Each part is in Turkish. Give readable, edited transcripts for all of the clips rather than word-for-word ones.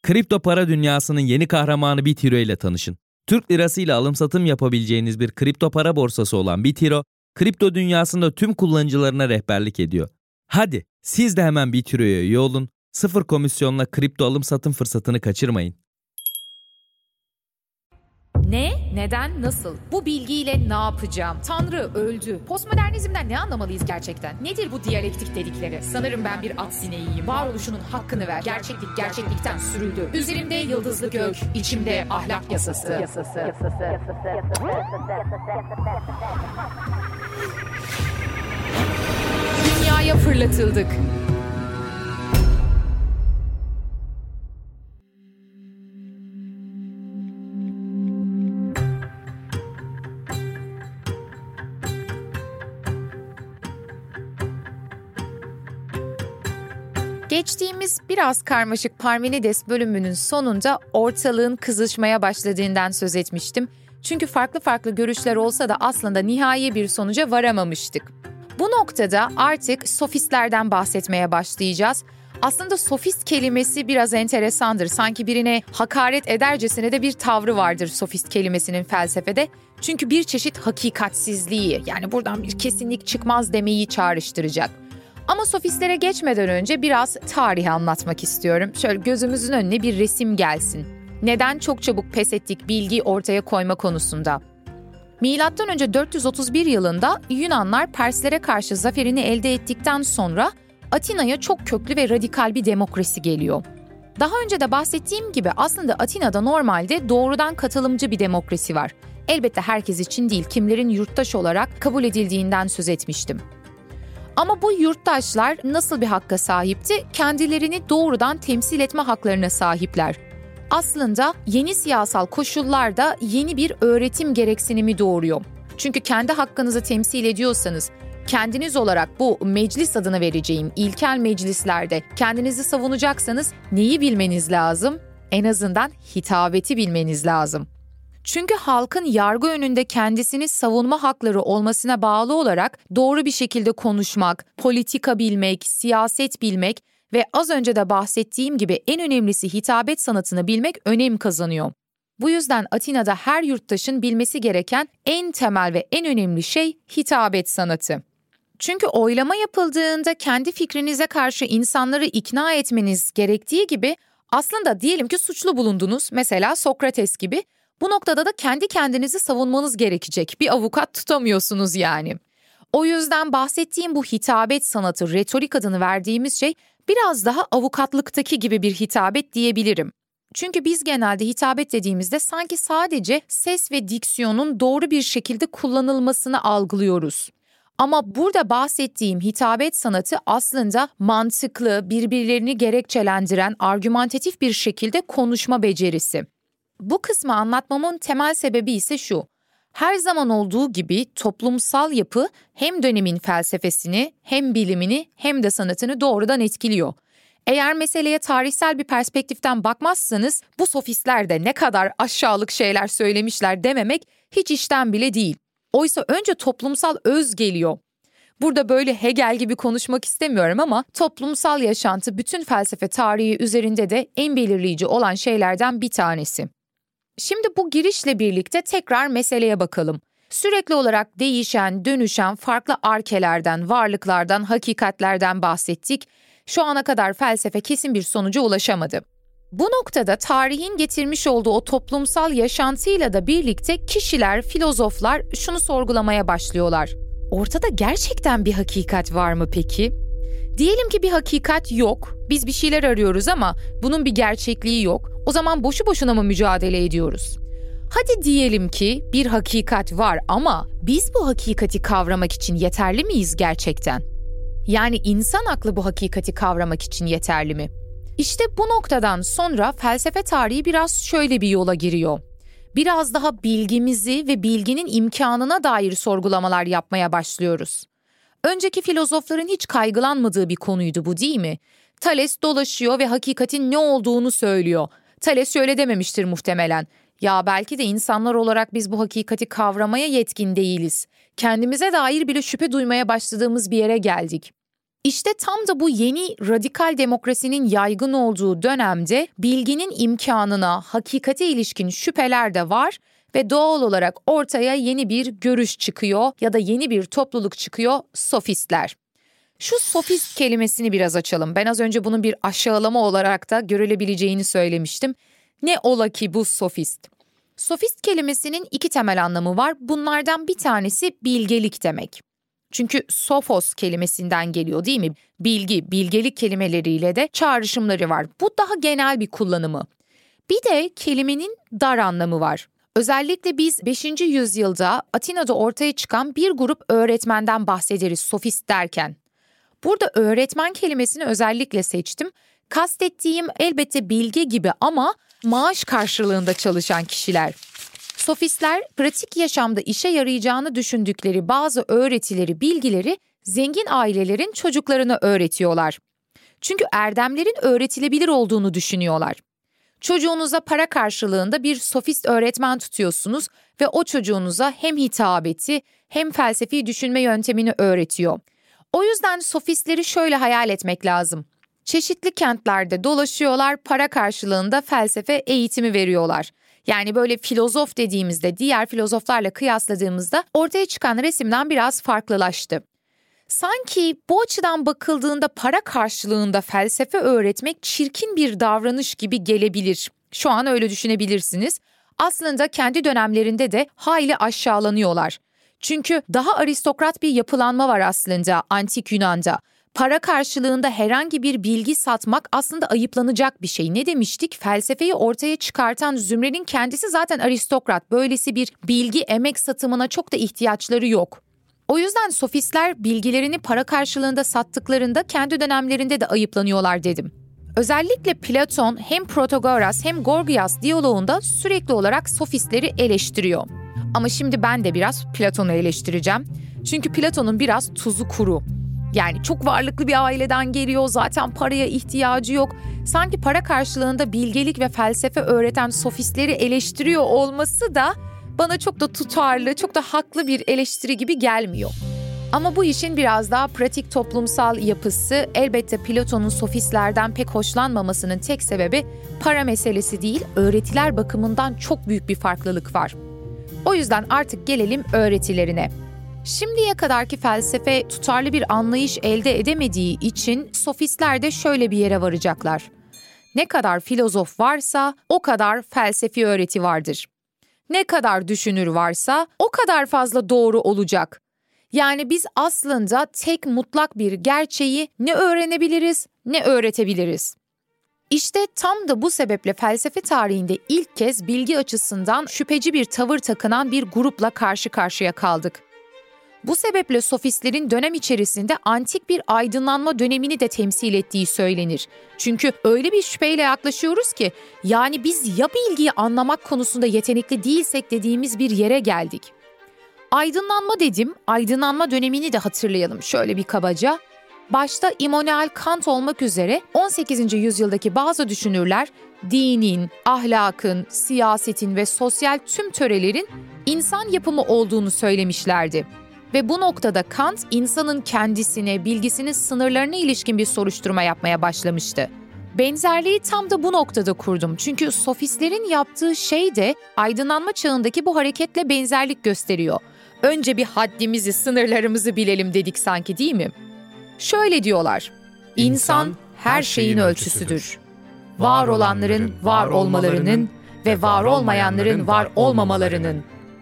Kripto para dünyasının yeni kahramanı BitHero ile tanışın. Türk lirası ile alım satım yapabileceğiniz bir kripto para borsası olan BitHero, kripto dünyasında tüm kullanıcılarına rehberlik ediyor. Hadi siz de hemen BitHero'ya üye olun, sıfır komisyonla kripto alım satım fırsatını kaçırmayın. Ne? Neden? Nasıl? Bu bilgiyle ne yapacağım? Tanrı öldü. Postmodernizmden ne anlamalıyız gerçekten? Nedir bu diyalektik dedikleri? Sanırım ben bir at sineğiyim. Varoluşunun hakkını ver. Gerçeklik gerçeklikten sürüldü. Üzerimde yıldızlı gök, içimde ahlak yasası. Dünyaya fırlatıldık. Geçtiğimiz biraz karmaşık Parmenides bölümünün sonunda ortalığın kızışmaya başladığından söz etmiştim. Çünkü farklı görüşler olsa da aslında nihai bir sonuca varamamıştık. Bu noktada artık sofistlerden bahsetmeye başlayacağız. Aslında sofist kelimesi biraz enteresandır. Sanki birine hakaret edercesine de bir tavrı vardır sofist kelimesinin felsefede. Çünkü bir çeşit hakikatsizliği, yani buradan bir kesinlik çıkmaz demeyi çağrıştıracak. Ama sofistlere geçmeden önce biraz tarihi anlatmak istiyorum. Şöyle gözümüzün önüne bir resim gelsin. Neden çok çabuk pes ettik bilgi ortaya koyma konusunda? Milattan önce 431 yılında Yunanlar Perslere karşı zaferini elde ettikten sonra Atina'ya çok köklü ve radikal bir demokrasi geliyor. Daha önce de bahsettiğim gibi aslında Atina'da normalde doğrudan katılımcı bir demokrasi var. Elbette herkes için değil, kimlerin yurttaş olarak kabul edildiğinden söz etmiştim. Ama bu yurttaşlar nasıl bir hakka sahipti? Kendilerini doğrudan temsil etme haklarına sahipler. Aslında yeni siyasal koşullarda yeni bir öğretim gereksinimi doğuruyor. Çünkü kendi hakkınızı temsil ediyorsanız, kendiniz olarak bu meclis adını vereceğim ilkel meclislerde kendinizi savunacaksanız neyi bilmeniz lazım? En azından hitabeti bilmeniz lazım. Çünkü halkın yargı önünde kendisini savunma hakları olmasına bağlı olarak doğru bir şekilde konuşmak, politika bilmek, siyaset bilmek ve az önce de bahsettiğim gibi en önemlisi hitabet sanatını bilmek önem kazanıyor. Bu yüzden Atina'da her yurttaşın bilmesi gereken en temel ve en önemli şey hitabet sanatı. Çünkü oylama yapıldığında kendi fikrinize karşı insanları ikna etmeniz gerektiği gibi aslında diyelim ki suçlu bulundunuz, mesela Sokrates gibi. Bu noktada da kendi kendinizi savunmanız gerekecek. Bir avukat tutamıyorsunuz yani. O yüzden bahsettiğim bu hitabet sanatı, retorik adını verdiğimiz şey biraz daha avukatlıktaki gibi bir hitabet diyebilirim. Çünkü biz genelde hitabet dediğimizde sanki sadece ses ve diksiyonun doğru bir şekilde kullanılmasını algılıyoruz. Ama burada bahsettiğim hitabet sanatı aslında mantıklı, birbirlerini gerekçelendiren, argümantatif bir şekilde konuşma becerisi. Bu kısmı anlatmamın temel sebebi ise şu: her zaman olduğu gibi toplumsal yapı hem dönemin felsefesini, hem bilimini, hem de sanatını doğrudan etkiliyor. Eğer meseleye tarihsel bir perspektiften bakmazsanız bu sofistler de ne kadar aşağılık şeyler söylemişler dememek hiç işten bile değil. Oysa önce toplumsal öz geliyor. Burada böyle Hegel gibi konuşmak istemiyorum ama toplumsal yaşantı bütün felsefe tarihi üzerinde de en belirleyici olan şeylerden bir tanesi. Şimdi bu girişle birlikte tekrar meseleye bakalım. Sürekli olarak değişen, dönüşen farklı arkelerden, varlıklardan, hakikatlerden bahsettik. Şu ana kadar felsefe kesin bir sonuca ulaşamadı. Bu noktada tarihin getirmiş olduğu o toplumsal yaşantıyla da birlikte kişiler, filozoflar şunu sorgulamaya başlıyorlar. Ortada gerçekten bir hakikat var mı peki? Diyelim ki bir hakikat yok, biz bir şeyler arıyoruz ama bunun bir gerçekliği yok. O zaman boşu boşuna mı mücadele ediyoruz? Hadi diyelim ki bir hakikat var ama biz bu hakikati kavramak için yeterli miyiz gerçekten? Yani insan aklı bu hakikati kavramak için yeterli mi? İşte bu noktadan sonra felsefe tarihi biraz şöyle bir yola giriyor. Biraz daha bilgimizi ve bilginin imkanına dair sorgulamalar yapmaya başlıyoruz. Önceki filozofların hiç kaygılanmadığı bir konuydu bu, değil mi? Thales dolaşıyor ve hakikatin ne olduğunu söylüyor. Thales şöyle dememiştir muhtemelen. Ya belki de insanlar olarak biz bu hakikati kavramaya yetkin değiliz. Kendimize dair bile şüphe duymaya başladığımız bir yere geldik. İşte tam da bu yeni radikal demokrasinin yaygın olduğu dönemde bilginin imkanına, hakikate ilişkin şüpheler de var ve doğal olarak ortaya yeni bir görüş çıkıyor ya da yeni bir topluluk çıkıyor, sofistler. Şu sofist kelimesini biraz açalım. Ben az önce bunun bir aşağılama olarak da görülebileceğini söylemiştim. Ne ola ki bu sofist? Sofist kelimesinin 2 temel anlamı var. Bunlardan bir tanesi bilgelik demek. Çünkü sophos kelimesinden geliyor değil mi? Bilgi, bilgelik kelimeleriyle de çağrışımları var. Bu daha genel bir kullanımı. Bir de kelimenin dar anlamı var. Özellikle biz 5. yüzyılda Atina'da ortaya çıkan bir grup öğretmenden bahsederiz sofist derken. Burada öğretmen kelimesini özellikle seçtim. Kastettiğim elbette bilge gibi ama maaş karşılığında çalışan kişiler. Sofistler pratik yaşamda işe yarayacağını düşündükleri bazı öğretileri, bilgileri zengin ailelerin çocuklarına öğretiyorlar. Çünkü erdemlerin öğretilebilir olduğunu düşünüyorlar. Çocuğunuza para karşılığında bir sofist öğretmen tutuyorsunuz ve o çocuğunuza hem hitabeti hem felsefi düşünme yöntemini öğretiyor. O yüzden sofistleri şöyle hayal etmek lazım. Çeşitli kentlerde dolaşıyorlar, para karşılığında felsefe eğitimi veriyorlar. Yani böyle filozof dediğimizde, diğer filozoflarla kıyasladığımızda ortaya çıkan resimden biraz farklılaştı. Sanki bu açıdan bakıldığında para karşılığında felsefe öğretmek çirkin bir davranış gibi gelebilir. Şu an öyle düşünebilirsiniz. Aslında kendi dönemlerinde de hayli aşağılanıyorlar. Çünkü daha aristokrat bir yapılanma var aslında Antik Yunan'da. Para karşılığında herhangi bir bilgi satmak aslında ayıplanacak bir şey. Ne demiştik? Felsefeyi ortaya çıkartan zümrenin kendisi zaten aristokrat. Böylesi bir bilgi, emek satımına çok da ihtiyaçları yok. O yüzden sofistler bilgilerini para karşılığında sattıklarında kendi dönemlerinde de ayıplanıyorlar dedim. Özellikle Platon hem Protagoras hem Gorgias diyaloğunda sürekli olarak sofistleri eleştiriyor. Ama şimdi ben de biraz Platon'u eleştireceğim. Çünkü Platon'un biraz tuzu kuru. Yani çok varlıklı bir aileden geliyor, zaten paraya ihtiyacı yok. Sanki para karşılığında bilgelik ve felsefe öğreten sofistleri eleştiriyor olması da bana çok da tutarlı, çok da haklı bir eleştiri gibi gelmiyor. Ama bu işin biraz daha pratik toplumsal yapısı, elbette Platon'un sofistlerden pek hoşlanmamasının tek sebebi para meselesi değil, öğretiler bakımından çok büyük bir farklılık var. O yüzden artık gelelim öğretilerine. Şimdiye kadarki felsefe tutarlı bir anlayış elde edemediği için sofistler de şöyle bir yere varacaklar. Ne kadar filozof varsa o kadar felsefi öğreti vardır. Ne kadar düşünür varsa o kadar fazla doğru olacak. Yani biz aslında tek mutlak bir gerçeği ne öğrenebiliriz ne öğretebiliriz. İşte tam da bu sebeple felsefe tarihinde ilk kez bilgi açısından şüpheci bir tavır takınan bir grupla karşı karşıya kaldık. Bu sebeple sofistlerin dönem içerisinde antik bir aydınlanma dönemini de temsil ettiği söylenir. Çünkü öyle bir şüpheyle yaklaşıyoruz ki yani biz ya bilgiyi anlamak konusunda yetenekli değilsek dediğimiz bir yere geldik. Aydınlanma dedim, aydınlanma dönemini de hatırlayalım şöyle bir kabaca. Başta Immanuel Kant olmak üzere 18. yüzyıldaki bazı düşünürler dinin, ahlakın, siyasetin ve sosyal tüm törelerin insan yapımı olduğunu söylemişlerdi. Ve bu noktada Kant insanın kendisine, bilgisinin sınırlarına ilişkin bir soruşturma yapmaya başlamıştı. Benzerliği tam da bu noktada kurdum. Çünkü sofistlerin yaptığı şey de aydınlanma çağındaki bu hareketle benzerlik gösteriyor. Önce bir haddimizi, sınırlarımızı bilelim dedik sanki değil mi? Şöyle diyorlar, İnsan her şeyin ölçüsüdür. Var olanların var olmalarının ve var olmayanların var olmamalarının.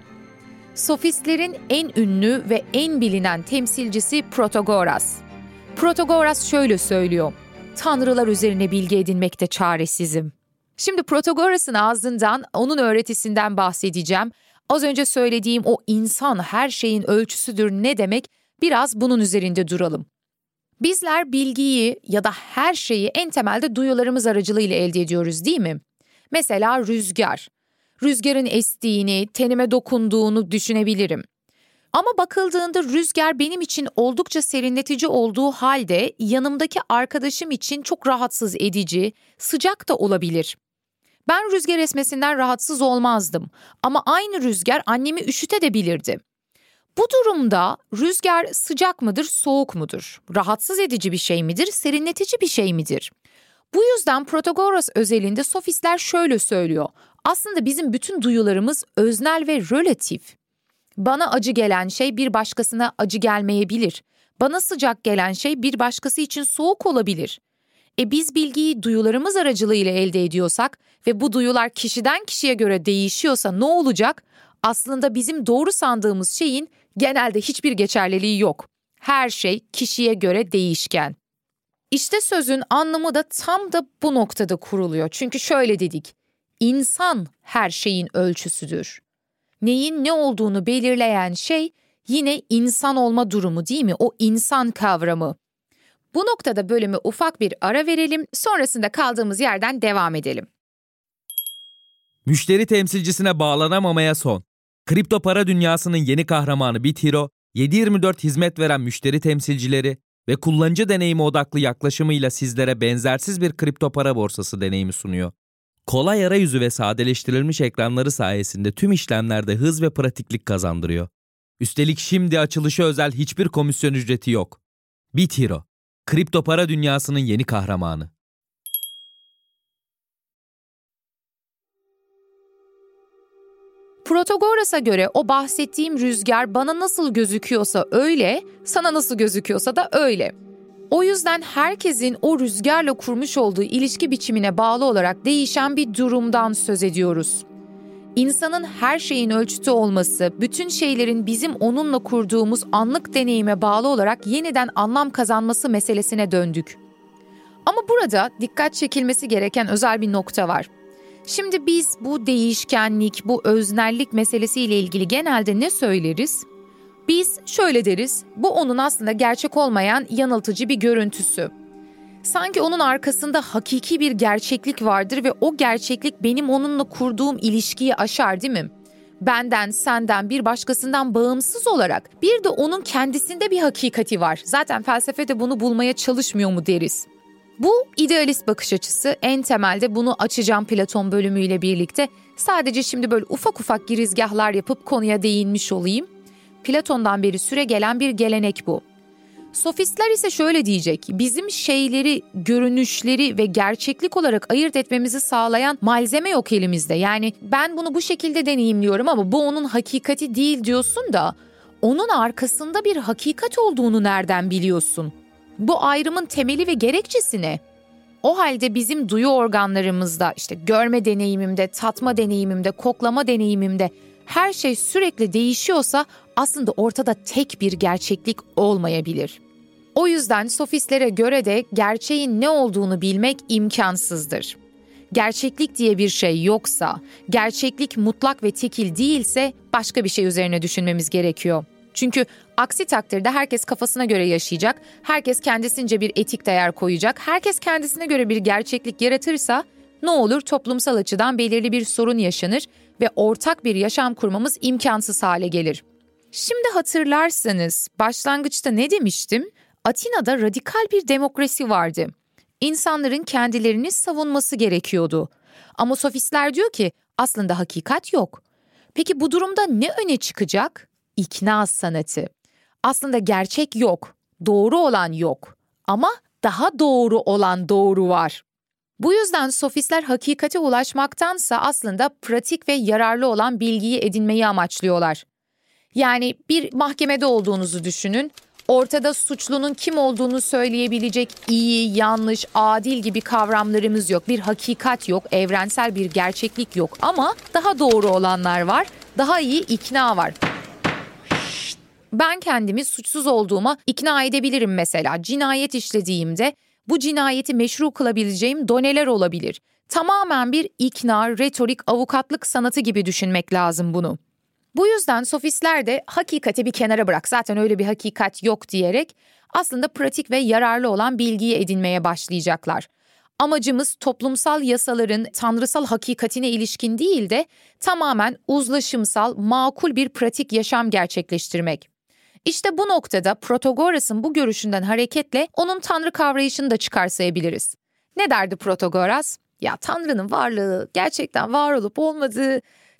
Sofistlerin en ünlü ve en bilinen temsilcisi Protagoras. Protagoras şöyle söylüyor, Tanrılar üzerine bilgi edinmekte çaresizim. Şimdi Protagoras'ın ağzından, onun öğretisinden bahsedeceğim. Az önce söylediğim o insan her şeyin ölçüsüdür ne demek? Biraz bunun üzerinde duralım. Bizler bilgiyi ya da her şeyi en temelde duyularımız aracılığıyla elde ediyoruz değil mi? Mesela rüzgar. Rüzgarın estiğini, tenime dokunduğunu düşünebilirim. Ama bakıldığında rüzgar benim için oldukça serinletici olduğu halde yanımdaki arkadaşım için çok rahatsız edici, sıcak da olabilir. Ben rüzgar esmesinden rahatsız olmazdım ama aynı rüzgar annemi üşütebilirdi. Bu durumda rüzgar sıcak mıdır, soğuk mudur? Rahatsız edici bir şey midir, serinletici bir şey midir? Bu yüzden Protagoras özelinde sofistler şöyle söylüyor. Aslında bizim bütün duyularımız öznel ve relatif. Bana acı gelen şey bir başkasına acı gelmeyebilir. Bana sıcak gelen şey bir başkası için soğuk olabilir. Biz bilgiyi duyularımız aracılığıyla elde ediyorsak ve bu duyular kişiden kişiye göre değişiyorsa ne olacak? Aslında bizim doğru sandığımız şeyin genelde hiçbir geçerliliği yok. Her şey kişiye göre değişken. İşte sözün anlamı da tam da bu noktada kuruluyor. Çünkü şöyle dedik, insan her şeyin ölçüsüdür. Neyin ne olduğunu belirleyen şey yine insan olma durumu değil mi? O insan kavramı. Bu noktada bölüme ufak bir ara verelim, sonrasında kaldığımız yerden devam edelim. Müşteri temsilcisine bağlanamamaya son. Kripto para dünyasının yeni kahramanı BitHero, 7/24 hizmet veren müşteri temsilcileri ve kullanıcı deneyimi odaklı yaklaşımıyla sizlere benzersiz bir kripto para borsası deneyimi sunuyor. Kolay arayüzü ve sadeleştirilmiş ekranları sayesinde tüm işlemlerde hız ve pratiklik kazandırıyor. Üstelik şimdi açılışa özel hiçbir komisyon ücreti yok. BitHero, kripto para dünyasının yeni kahramanı. Protagoras'a göre o bahsettiğim rüzgar bana nasıl gözüküyorsa öyle, sana nasıl gözüküyorsa da öyle. O yüzden herkesin o rüzgarla kurmuş olduğu ilişki biçimine bağlı olarak değişen bir durumdan söz ediyoruz. İnsanın her şeyin ölçütü olması, bütün şeylerin bizim onunla kurduğumuz anlık deneyime bağlı olarak yeniden anlam kazanması meselesine döndük. Ama burada dikkat çekilmesi gereken özel bir nokta var. Şimdi biz bu değişkenlik, bu öznellik meselesiyle ilgili genelde ne söyleriz? Biz şöyle deriz, bu onun aslında gerçek olmayan yanıltıcı bir görüntüsü. Sanki onun arkasında hakiki bir gerçeklik vardır ve o gerçeklik benim onunla kurduğum ilişkiyi aşar, değil mi? Benden, senden, bir başkasından bağımsız olarak bir de onun kendisinde bir hakikati var. Zaten felsefede bunu bulmaya çalışmıyor mu deriz. Bu idealist bakış açısı, en temelde bunu açacağım Platon bölümüyle birlikte. Sadece şimdi böyle ufak ufak girizgahlar yapıp konuya değinmiş olayım. Platon'dan beri süregelen bir gelenek bu. Sofistler ise şöyle diyecek, bizim şeyleri, görünüşleri ve gerçeklik olarak ayırt etmemizi sağlayan malzeme yok elimizde. Yani ben bunu bu şekilde deneyimliyorum ama bu onun hakikati değil diyorsun da onun arkasında bir hakikat olduğunu nereden biliyorsun? Bu ayrımın temeli ve gerekçesi ne? O halde bizim duyu organlarımızda, işte görme deneyimimde, tatma deneyimimde, koklama deneyimimde her şey sürekli değişiyorsa aslında ortada tek bir gerçeklik olmayabilir. O yüzden sofistlere göre de gerçeğin ne olduğunu bilmek imkansızdır. Gerçeklik diye bir şey yoksa, gerçeklik mutlak ve tekil değilse başka bir şey üzerine düşünmemiz gerekiyor. Çünkü aksi takdirde herkes kafasına göre yaşayacak, herkes kendisince bir etik değer koyacak, herkes kendisine göre bir gerçeklik yaratırsa ne olur, toplumsal açıdan belirli bir sorun yaşanır ve ortak bir yaşam kurmamız imkansız hale gelir. Şimdi hatırlarsanız başlangıçta ne demiştim? Atina'da radikal bir demokrasi vardı. İnsanların kendilerini savunması gerekiyordu. Ama sofistler diyor ki aslında hakikat yok. Peki bu durumda ne öne çıkacak? İkna sanatı. Aslında gerçek yok, doğru olan yok ama daha doğru olan doğru var. Bu yüzden sofistler hakikate ulaşmaktansa aslında pratik ve yararlı olan bilgiyi edinmeyi amaçlıyorlar. Yani bir mahkemede olduğunuzu düşünün, ortada suçlunun kim olduğunu söyleyebilecek iyi, yanlış, adil gibi kavramlarımız yok. Bir hakikat yok, evrensel bir gerçeklik yok ama daha doğru olanlar var, daha iyi ikna var. Ben kendimi suçsuz olduğuma ikna edebilirim mesela. Cinayet işlediğimde bu cinayeti meşru kılabileceğim doneler olabilir. Tamamen bir ikna, retorik, avukatlık sanatı gibi düşünmek lazım bunu. Bu yüzden sofistler de hakikati bir kenara bırak, zaten öyle bir hakikat yok diyerek aslında pratik ve yararlı olan bilgiyi edinmeye başlayacaklar. Amacımız toplumsal yasaların tanrısal hakikatine ilişkin değil de tamamen uzlaşımsal, makul bir pratik yaşam gerçekleştirmek. İşte bu noktada Protagoras'ın bu görüşünden hareketle onun tanrı kavrayışını da çıkarsayabiliriz. Ne derdi Protagoras? Ya tanrının varlığı, gerçekten var olup olmadığı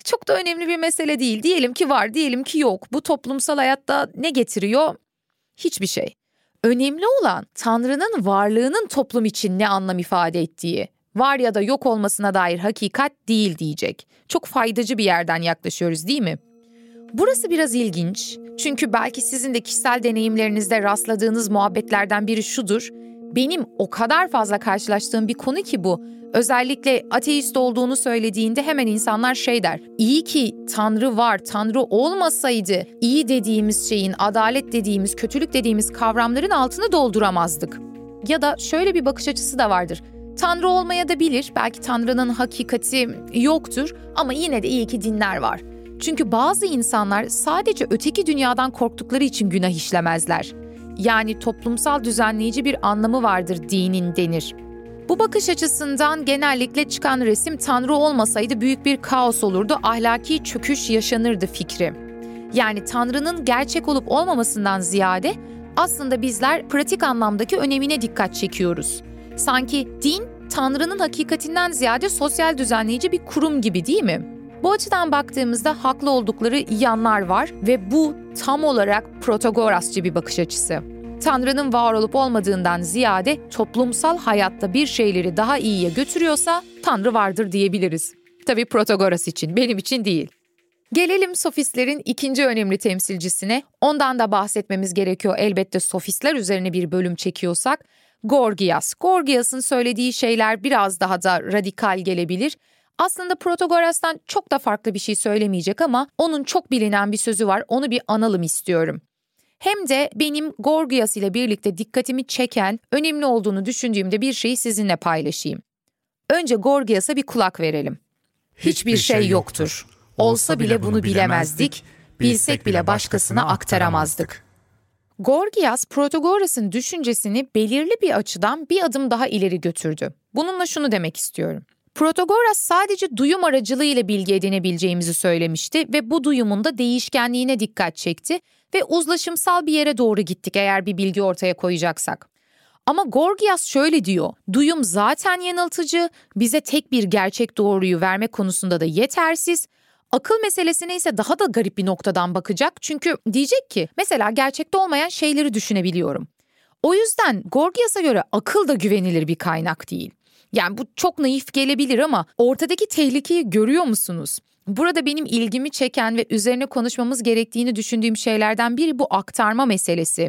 Çok da önemli bir mesele değil. Diyelim ki var, diyelim ki yok. Bu toplumsal hayatta ne getiriyor? Hiçbir şey. Önemli olan Tanrı'nın varlığının toplum için ne anlam ifade ettiği. Var ya da yok olmasına dair hakikat değil diyecek. Çok faydacı bir yerden yaklaşıyoruz, değil mi? Burası biraz ilginç. Çünkü belki sizin de kişisel deneyimlerinizde rastladığınız muhabbetlerden biri şudur. Benim o kadar fazla karşılaştığım bir konu ki bu. Özellikle ateist olduğunu söylediğinde hemen insanlar şey der. İyi ki Tanrı var, Tanrı olmasaydı iyi dediğimiz şeyin, adalet dediğimiz, kötülük dediğimiz kavramların altını dolduramazdık. Ya da şöyle bir bakış açısı da vardır. Tanrı olmaya da bilir, belki Tanrı'nın hakikati yoktur ama yine de iyi ki dinler var. Çünkü bazı insanlar sadece öteki dünyadan korktukları için günah işlemezler. Yani toplumsal düzenleyici bir anlamı vardır dinin denir. Bu bakış açısından genellikle çıkan resim Tanrı olmasaydı büyük bir kaos olurdu, ahlaki çöküş yaşanırdı fikri. Yani Tanrı'nın gerçek olup olmamasından ziyade aslında bizler pratik anlamdaki önemine dikkat çekiyoruz. Sanki din Tanrı'nın hakikatinden ziyade sosyal düzenleyici bir kurum gibi, değil mi? Bu açıdan baktığımızda haklı oldukları yanlar var ve bu tam olarak Protagorasçı bir bakış açısı. Tanrı'nın var olup olmadığından ziyade toplumsal hayatta bir şeyleri daha iyiye götürüyorsa Tanrı vardır diyebiliriz. Tabii Protagoras için, benim için değil. Gelelim sofistlerin ikinci önemli temsilcisine. Ondan da bahsetmemiz gerekiyor elbette sofistler üzerine bir bölüm çekiyorsak. Gorgias. Gorgias'ın söylediği şeyler biraz daha da radikal gelebilir. Aslında Protagoras'tan çok da farklı bir şey söylemeyecek ama onun çok bilinen bir sözü var. Onu bir analım istiyorum. Hem de benim Gorgias ile birlikte dikkatimi çeken, önemli olduğunu düşündüğümde bir şeyi sizinle paylaşayım. Önce Gorgias'a bir kulak verelim. Hiçbir şey yoktur. Olsa bile bunu bilemezdik, bilsek bile başkasına aktaramazdık. Gorgias, Protagoras'ın düşüncesini belirli bir açıdan bir adım daha ileri götürdü. Bununla şunu demek istiyorum. Protagoras sadece duyum aracılığıyla bilgi edinebileceğimizi söylemişti ve bu duyumun da değişkenliğine dikkat çekti ve uzlaşımsal bir yere doğru gittik eğer bir bilgi ortaya koyacaksak. Ama Gorgias şöyle diyor, duyum zaten yanıltıcı, bize tek bir gerçek doğruyu verme konusunda da yetersiz. Akıl meselesine ise daha da garip bir noktadan bakacak çünkü diyecek ki mesela gerçekte olmayan şeyleri düşünebiliyorum. O yüzden Gorgias'a göre akıl da güvenilir bir kaynak değil. Yani bu çok naif gelebilir ama ortadaki tehlikeyi görüyor musunuz? Burada benim ilgimi çeken ve üzerine konuşmamız gerektiğini düşündüğüm şeylerden biri bu aktarma meselesi.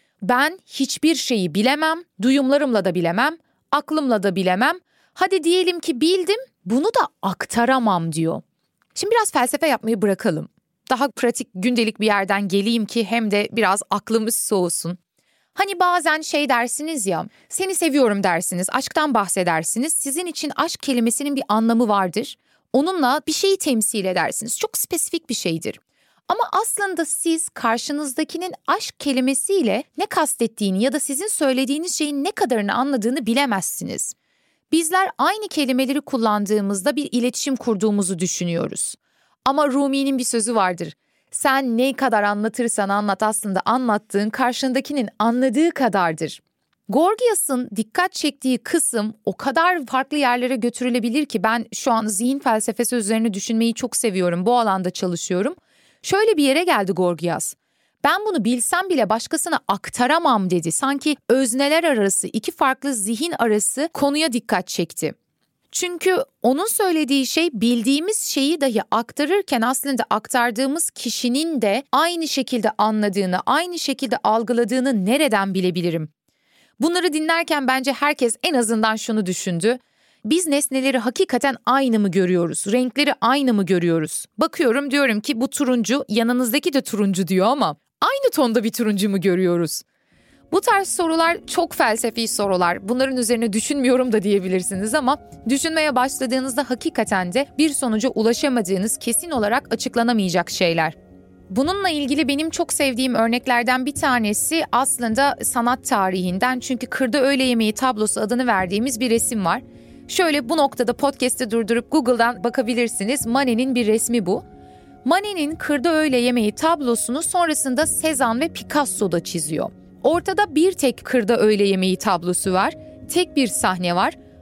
Ben hiçbir şeyi bilemem, duyumlarımla da bilemem, aklımla da bilemem. Hadi diyelim ki bildim, bunu da aktaramam diyor. Şimdi biraz felsefe yapmayı bırakalım. Daha pratik, gündelik bir yerden geleyim ki hem de biraz aklımız soğusun. Hani bazen şey dersiniz ya, seni seviyorum dersiniz, aşktan bahsedersiniz. Sizin için aşk kelimesinin bir anlamı vardır. Onunla bir şeyi temsil edersiniz. Çok spesifik bir şeydir. Ama aslında siz karşınızdakinin aşk kelimesiyle ne kastettiğini ya da sizin söylediğiniz şeyin ne kadarını anladığını bilemezsiniz. Bizler aynı kelimeleri kullandığımızda bir iletişim kurduğumuzu düşünüyoruz. Ama Rumi'nin bir sözü vardır. Sen ne kadar anlatırsan anlat aslında anlattığın karşındakinin anladığı kadardır. Gorgias'ın dikkat çektiği kısım o kadar farklı yerlere götürülebilir ki ben şu an zihin felsefesi üzerine düşünmeyi çok seviyorum. Bu alanda çalışıyorum. Şöyle bir yere geldi Gorgias. Ben bunu bilsem bile başkasına aktaramam dedi. Sanki özneler arası, iki farklı zihin arası konuya dikkat çekti. Çünkü onun söylediği şey bildiğimiz şeyi dahi aktarırken aslında aktardığımız kişinin de aynı şekilde anladığını, aynı şekilde algıladığını nereden bilebilirim? Bunları dinlerken bence herkes en azından şunu düşündü. Biz nesneleri hakikaten aynı mı görüyoruz? Renkleri aynı mı görüyoruz? Bakıyorum diyorum ki bu turuncu, yanınızdaki de turuncu diyor ama aynı tonda bir turuncu mu görüyoruz? Bu tarz sorular çok felsefi sorular. Bunların üzerine düşünmüyorum da diyebilirsiniz ama düşünmeye başladığınızda hakikaten de bir sonuca ulaşamadığınız kesin olarak açıklanamayacak şeyler. Bununla ilgili benim çok sevdiğim örneklerden bir tanesi aslında sanat tarihinden. Çünkü Kırda Öğle Yemeği tablosu adını verdiğimiz bir resim var. Şöyle bu noktada podcast'i durdurup Google'dan bakabilirsiniz. Manet'in bir resmi bu. Manet'in Kırda Öğle Yemeği tablosunu sonrasında Cézanne ve Picasso da çiziyor. Ortada bir tek Kırda Öğle Yemeği tablosu var. Tek bir sahne var.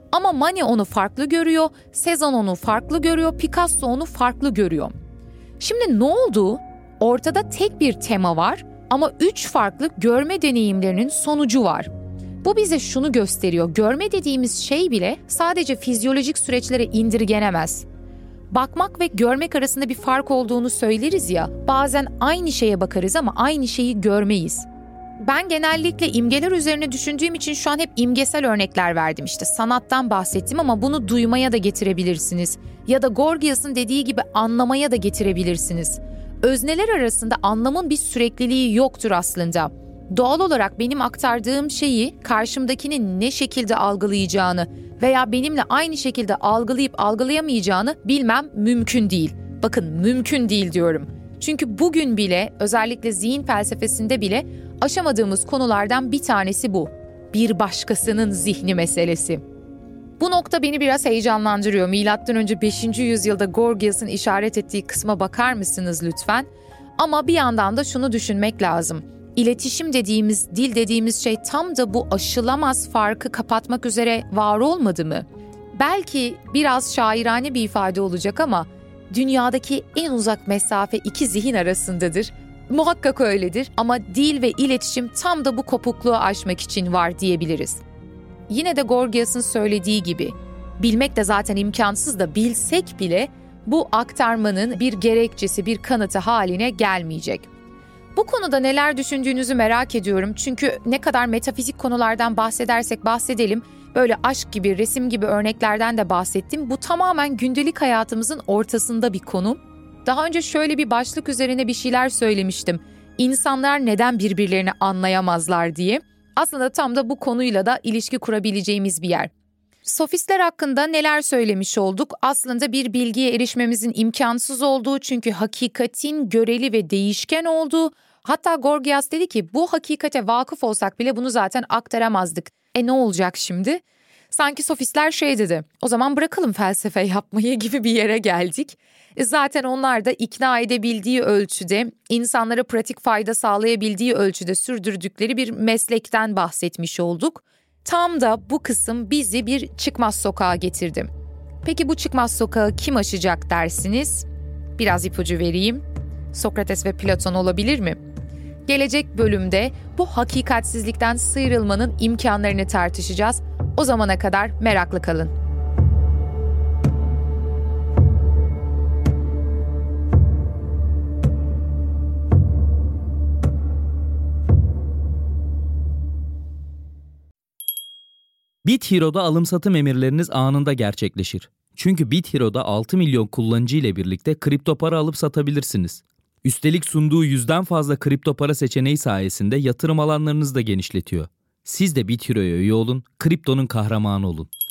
Ama Mani onu farklı görüyor, Cézanne onu farklı görüyor, Picasso onu farklı görüyor. Şimdi ne oldu? Ortada tek bir tema var ama 3 farklı görme deneyimlerinin sonucu var. Bu bize şunu gösteriyor, görme dediğimiz şey bile sadece fizyolojik süreçlere indirgenemez. Bakmak ve görmek arasında bir fark olduğunu söyleriz ya, bazen aynı şeye bakarız ama aynı şeyi görmeyiz. Ben genellikle imgeler üzerine düşündüğüm için şu an hep imgesel örnekler verdim, işte sanattan bahsettim ama bunu duymaya da getirebilirsiniz. Ya da Gorgias'ın dediği gibi anlamaya da getirebilirsiniz. Özneler arasında anlamın bir sürekliliği yoktur aslında. Doğal olarak benim aktardığım şeyi karşımdakinin ne şekilde algılayacağını veya benimle aynı şekilde algılayıp algılayamayacağını bilmem mümkün değil. Bakın, mümkün değil diyorum. Çünkü bugün bile, özellikle zihin felsefesinde bile aşamadığımız konulardan bir tanesi bu. Bir başkasının zihni meselesi. Bu nokta beni biraz heyecanlandırıyor. Milattan önce 5. yüzyılda Gorgias'ın işaret ettiği kısma bakar mısınız lütfen? Ama bir yandan da şunu düşünmek lazım. İletişim dediğimiz, dil dediğimiz şey tam da bu aşılamaz farkı kapatmak üzere var olmadı mı? Belki biraz şairane bir ifade olacak ama dünyadaki en uzak mesafe iki zihin arasındadır. Muhakkak öyledir ama dil ve iletişim tam da bu kopukluğu aşmak için var diyebiliriz. Yine de Gorgias'ın söylediği gibi, bilmek de zaten imkansız da bilsek bile bu aktarmanın bir gerekçesi, bir kanıtı haline gelmeyecek. Bu konuda neler düşündüğünüzü merak ediyorum çünkü ne kadar metafizik konulardan bahsedersek bahsedelim, böyle aşk gibi, resim gibi örneklerden de bahsettim. Bu tamamen gündelik hayatımızın ortasında bir konu. Daha önce şöyle bir başlık üzerine bir şeyler söylemiştim. İnsanlar neden birbirlerini anlayamazlar diye. Aslında tam da bu konuyla da ilişki kurabileceğimiz bir yer. Sofistler hakkında neler söylemiş olduk? Aslında bir bilgiye erişmemizin imkansız olduğu, çünkü hakikatin göreli ve değişken olduğu. Hatta Gorgias dedi ki bu hakikate vakıf olsak bile bunu zaten aktaramazdık. Ne olacak şimdi? Sanki sofistler şey dedi, o zaman bırakalım felsefe yapmayı gibi bir yere geldik. Zaten onlar da ikna edebildiği ölçüde, insanlara pratik fayda sağlayabildiği ölçüde sürdürdükleri bir meslekten bahsetmiş olduk. Tam da bu kısım bizi bir çıkmaz sokağa getirdi. Peki bu çıkmaz sokağı kim aşacak dersiniz? Biraz ipucu vereyim. Sokrates ve Platon olabilir mi? Gelecek bölümde bu hakikatsizlikten sıyrılmanın imkanlarını tartışacağız. O zamana kadar meraklı kalın. BitHero'da alım-satım emirleriniz anında gerçekleşir. Çünkü BitHero'da 6 milyon kullanıcı ile birlikte kripto para alıp satabilirsiniz. Üstelik sunduğu 100'den fazla kripto para seçeneği sayesinde yatırım alanlarınızı da genişletiyor. Siz de BitHero'ya üye olun, kriptonun kahramanı olun.